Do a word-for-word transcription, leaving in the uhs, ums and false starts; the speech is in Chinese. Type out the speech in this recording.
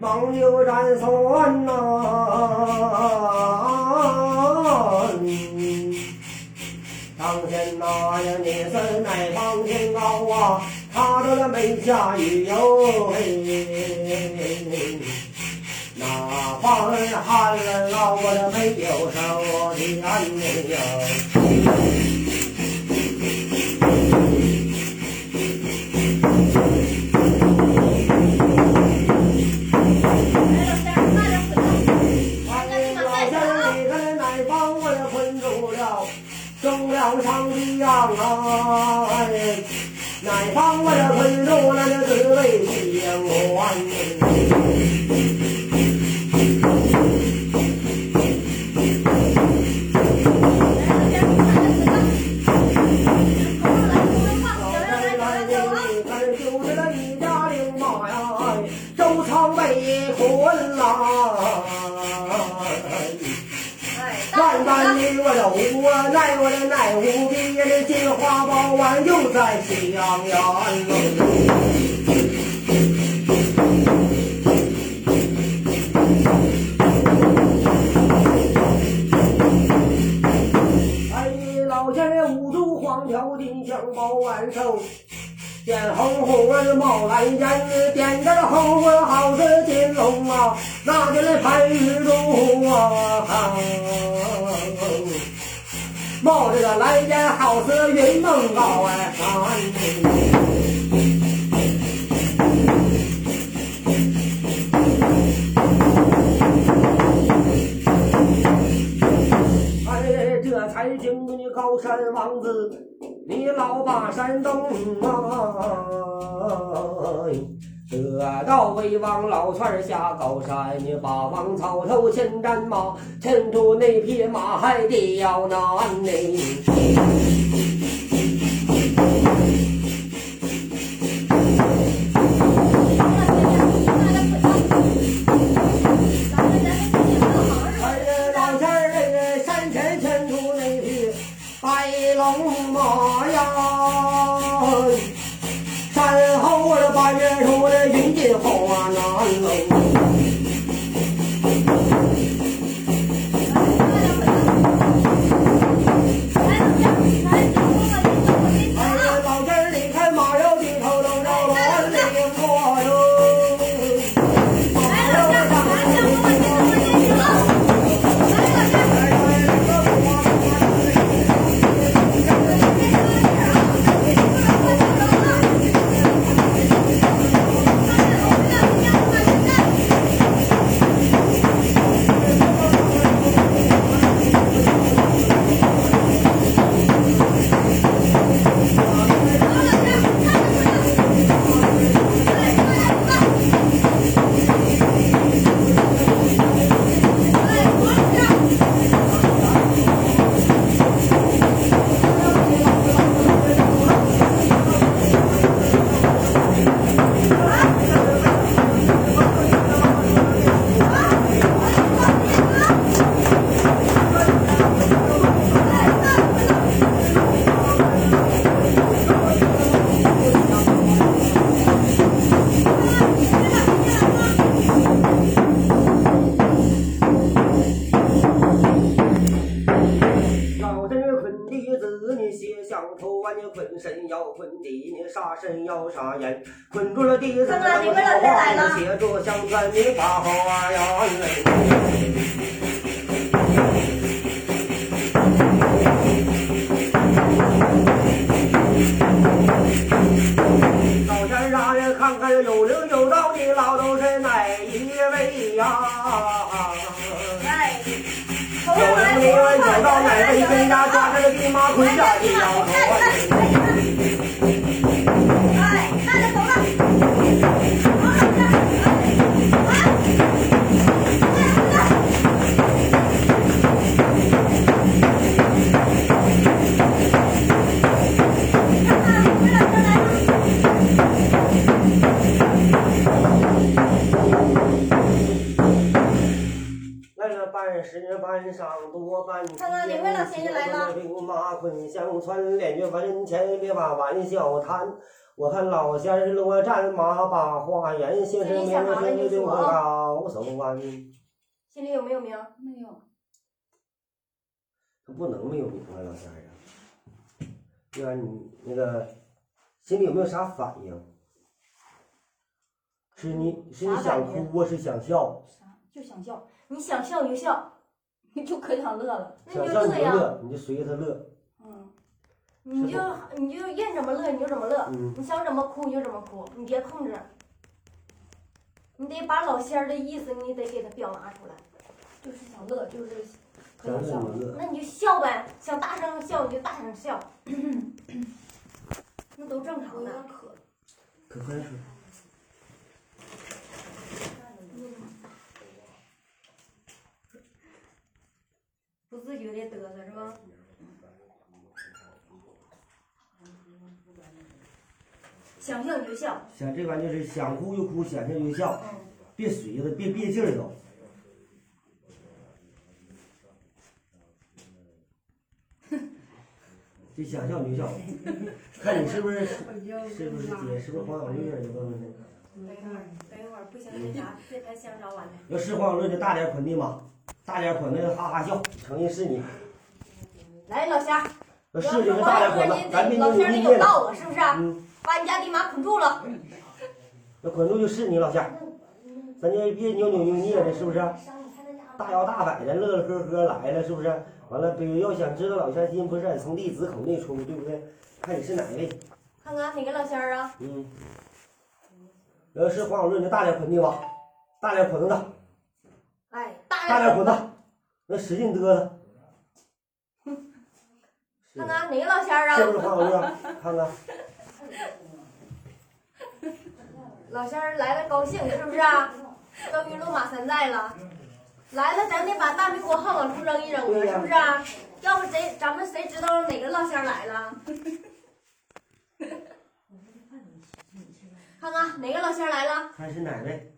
忙流战算呐、当天那呀，你是哪方天高啊？他这个没下雨哟嘿，那方寒冷啊，我这没有手的安宁哟。中了上的样啊，哪方我这困住那个滋味相关。就是那一家领马呀，周仓被困啦。万般的我这无奈，我这奈无比呀，这金花宝丸又在襄阳哎，老家这五足黄条金香宝丸寿，点红红儿冒蓝烟，点着红儿好似金龙啊，那就来盘玉中啊。冒着个蓝烟，好似云梦高哎，哎，这才惊动你高山王子，你老把山东啊！得到魏王老窜下高山，你把王草头牵战马，牵住那匹马还刁难你。哎，老仙儿那山前牵住那匹白龙马呀，山后我这八月出的云锦后啊南龙。困身要困地，你杀身要杀人，困住了弟子，那么说话，写住相传，你把好啊呀！老山让人看看有灵有道的老都是哪一位呀？有灵有有道哪位天家抓着地马捆下的摇头。哎，看着走了。半时半晌多半天，看看哪位老先生来了。兵马捆相窜，连月文前别把玩笑谈。 我看老仙儿落战马把花园，先是名是刘和高手腕。 心里有没有名？ 没有。 他不能没有名啊，老仙儿啊。对吧？你那个心里有没有啥反应？是你是你想哭啊，是想笑？ 啥？就想笑。 你想笑你就笑， 你就可想乐了。 那你想笑乐呀。 你就乐，你就随着他乐。 嗯。 你就你就愿怎么乐你就怎么乐， 嗯、 你想怎么哭你就怎么哭，你别控制。你得把老仙儿的意思，你得给他表达出来。 就是想乐，就是可想想笑。 乐。 那你就笑呗，想大声笑你就大声笑，那都正常的。 渴。 可喝点水。 不自觉的嘚瑟是吧？想笑你就笑。 想这玩意就是想哭就哭，想笑就笑，嗯、别随着，别别劲儿走。就想笑你就笑，看你是不是是不是姐，是不是黄小绿？你问问他。 等一会儿，等一会儿，不行，那啥，这台香烧完了。 要是黄小绿就大点捆的嘛，大点捆的哈哈笑，承认是你。 来，老乡。 要是就是大点捆的，咱别老乡你有道了，是不是？ 嗯。 把你家的马捆住了。 那捆住就是你老乡，咱就别扭扭扭捏的，是不是？大摇大摆的，乐乐呵呵来了，是不是？完了，别要想知道老乡心，不是从弟子口内出，对不对？看你是哪位？ 看看哪个老乡啊？ 嗯。要是黄小润，就大点捆的吧，大点捆子的。 哎， 大点捆子，那使劲嘚瑟。 看看哪个老乡啊？ 是不是黄小润？看看。 老乡来了，高兴是不是啊？终于落马山寨了。来了，咱得把大明锅号往出扔一扔啊，是不是啊？要不谁咱们谁知道哪个老乡来了？看看哪个老乡来了？ 看是哪位？